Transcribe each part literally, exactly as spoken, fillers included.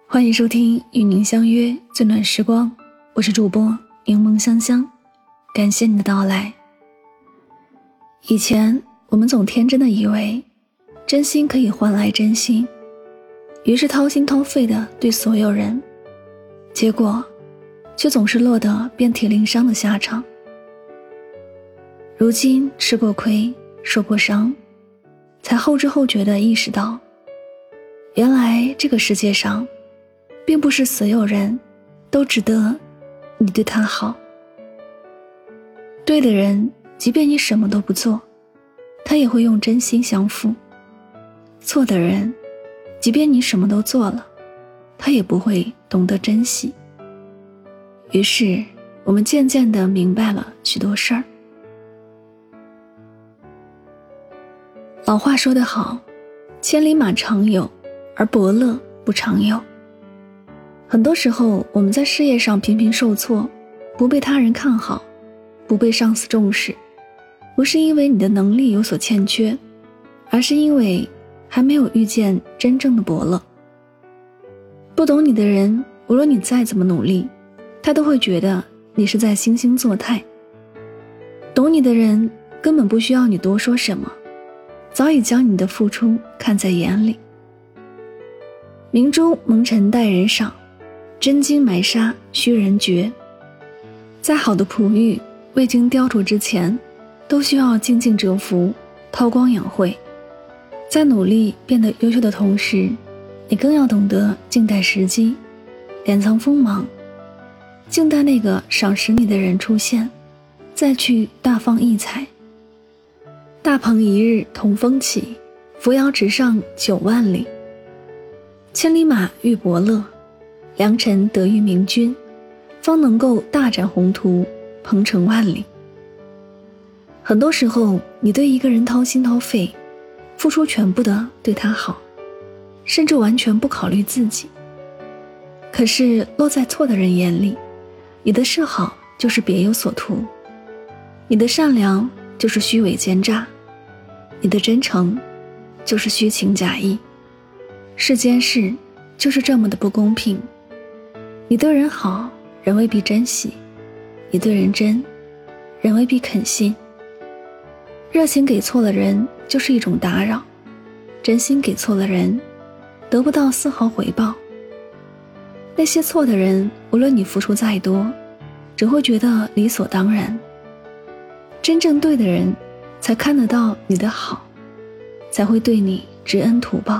欢迎收听与您相约最暖时光，我是主播柠檬香香，感谢你的到来。以前我们总天真的以为真心可以换来真心，于是掏心掏肺的对所有人，结果却总是落得遍体鳞伤的下场。如今吃过亏受过伤，才后知后觉地意识到，原来这个世界上并不是所有人都值得你对他好。对的人，即便你什么都不做，他也会用真心相付；错的人，即便你什么都做了，他也不会懂得珍惜。于是我们渐渐地明白了许多事儿。老话说得好，千里马常有，而伯乐不常有。很多时候我们在事业上频频受挫，不被他人看好，不被上司重视，不是因为你的能力有所欠缺，而是因为还没有遇见真正的伯乐。不懂你的人，无论你再怎么努力，他都会觉得你是在惺惺作态。懂你的人根本不需要你多说什么，早已将你的付出看在眼里。明珠蒙尘待人赏，真金埋沙须人掘。再好的璞玉未经雕琢之前，都需要静静蛰伏，韬光养晦。在努力变得优秀的同时，你更要懂得静待时机，敛藏锋芒，静待那个赏识你的人出现，再去大放异彩。大鹏一日同风起，扶摇直上九万里。千里马遇伯乐，良臣得遇明君，方能够大展宏图，鹏程万里。很多时候，你对一个人掏心掏肺，付出全部的对他好，甚至完全不考虑自己。可是落在错的人眼里，你的示好就是别有所图，你的善良就是虚伪奸诈，你的真诚就是虚情假意。世间事就是这么的不公平，你对人好，人未必珍惜；你对人真，人未必肯信。热情给错了人就是一种打扰，真心给错了人，得不到丝毫回报。那些错的人，无论你付出再多，只会觉得理所当然。真正对的人，才看得到你的好，才会对你知恩图报。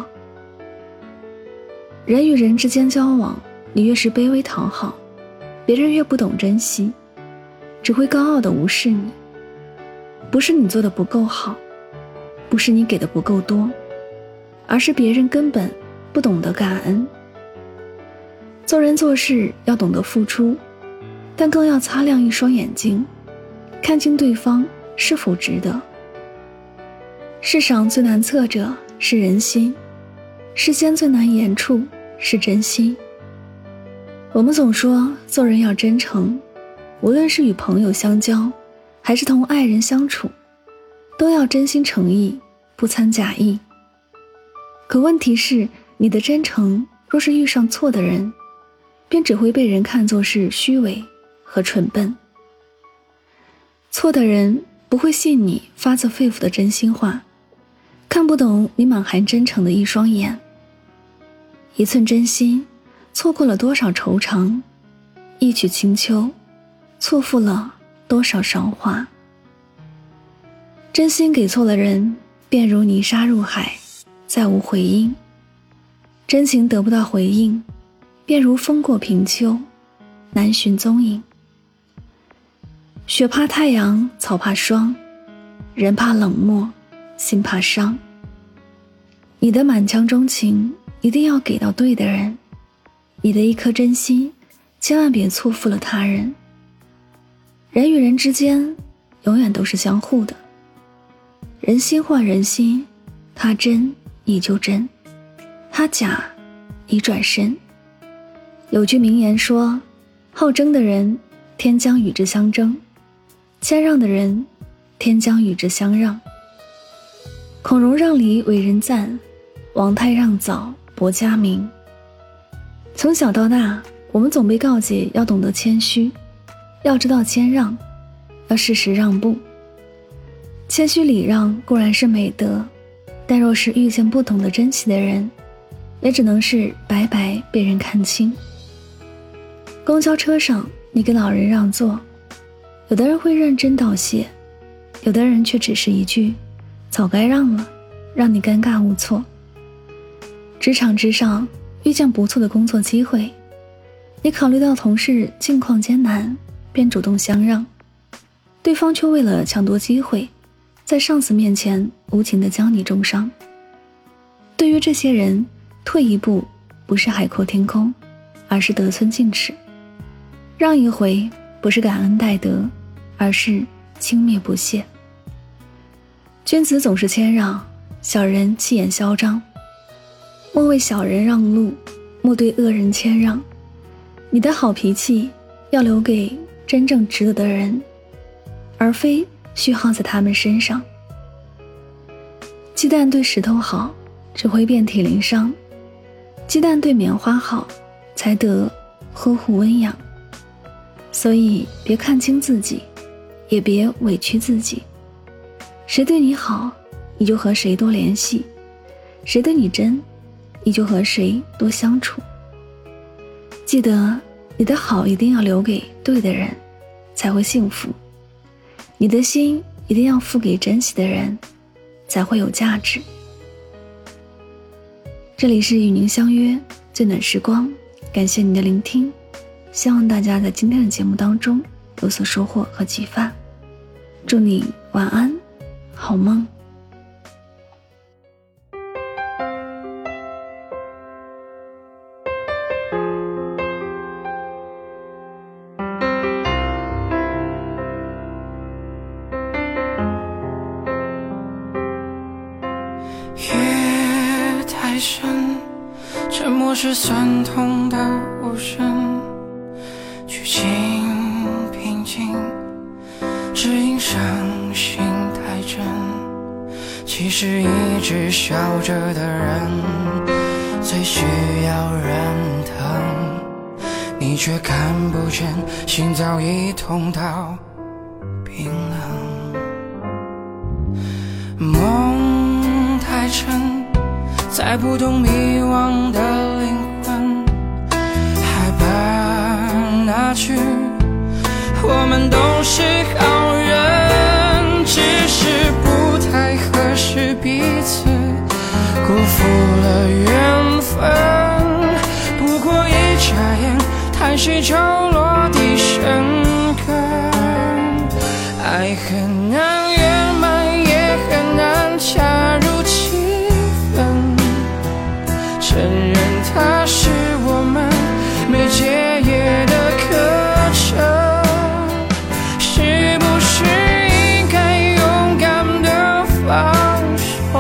人与人之间交往，你越是卑微讨好，别人越不懂珍惜，只会高傲地无视你。不是你做的不够好，不是你给的不够多，而是别人根本不懂得感恩。做人做事要懂得付出，但更要擦亮一双眼睛，看清对方是否值得。世上最难测者是人心，世间最难言处是真心。我们总说做人要真诚，无论是与朋友相交，还是同爱人相处，都要真心诚意，不掺假意。可问题是，你的真诚若是遇上错的人，便只会被人看作是虚伪和蠢笨。错的人不会信你发自肺腑的真心话，看不懂你满含真诚的一双眼。一寸真心，错过了多少愁肠；一曲清秋，错付了多少韶华。真心给错了人，便如泥沙入海，再无回音；真情得不到回应，便如风过平丘，难寻踪影。雪怕太阳，草怕霜，人怕冷漠，心怕伤。你的满腔钟情一定要给到对的人，你的一颗真心千万别错付了他人。人与人之间永远都是相互的，人心换人心，他真你就真，他假你转身。有句名言说，好争的人天将与之相争，谦让的人天将与之相让。孔融让梨为人赞，王泰让枣博佳名。 从小到大，我们总被告诫要懂得谦虚，要知道谦让，要适时让步。谦虚礼让固然是美德，但若是遇见不懂得珍惜的人，也只能是白白被人看轻。公交车上，你给老人让座，有的人会认真道谢，有的人却只是一句早该让了，让你尴尬无措。职场之上，遇见不错的工作机会，你考虑到同事境况艰难，便主动相让，对方却为了抢夺机会，在上司面前无情地将你重伤。对于这些人，退一步不是海阔天空，而是得寸进尺；让一回不是感恩戴德，而是轻蔑不屑。君子总是谦让，小人气焰嚣张。莫为小人让路，莫对恶人谦让。你的好脾气要留给真正值得的人，而非虚耗在他们身上。鸡蛋对石头好，只会遍体鳞伤；鸡蛋对棉花好，才得呵护温养。所以别看轻自己，也别委屈自己。谁对你好，你就和谁多联系；谁对你真，你就和谁多相处。记得你的好一定要留给对的人，才会幸福；你的心一定要付给珍惜的人，才会有价值。这里是与您相约最暖时光，感谢您的聆听，希望大家在今天的节目当中有所收获和启发。祝你晚安，好梦。 夜太深，沉默是酸痛的无声，剧情平静，只因伤心太真。其实一直笑着的人最需要人疼，你却看不见，心早已痛到冰冷。梦太沉，猜不懂迷惘的灵魂，害怕那句我们都是好人，只是不太合适彼此，辜负了缘分。不过一眨眼，叹息就落地生根。爱很难圆满，也很难恰如其分，承认它是我们没结业的课程。是不是应该勇敢地放手，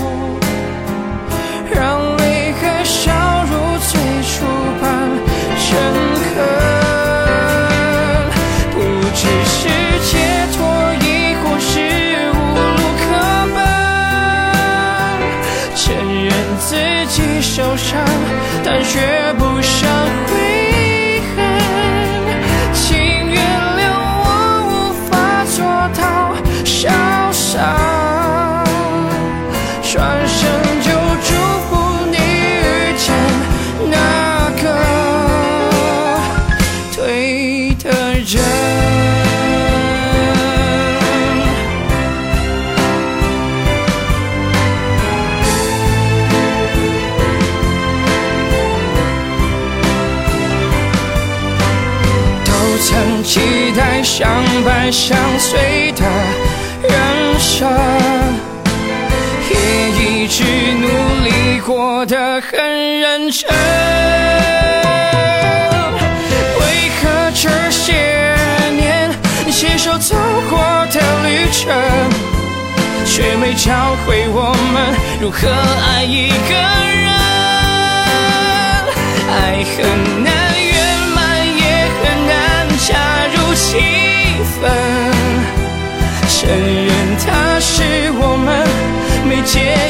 让泪和笑如最初般诚恳？不只是解脱，亦或是无路可奔。承认自己受伤，但学不上悔恨。请原谅我无法做到潇洒，转身就祝福你遇见那个对的人。曾期待相伴相随的人生，也一直努力过得很认真。为何这些年携手走过的旅程，却没教会我们如何爱一个人？爱很难圆满，也很难恰如其分，承认它是我们没结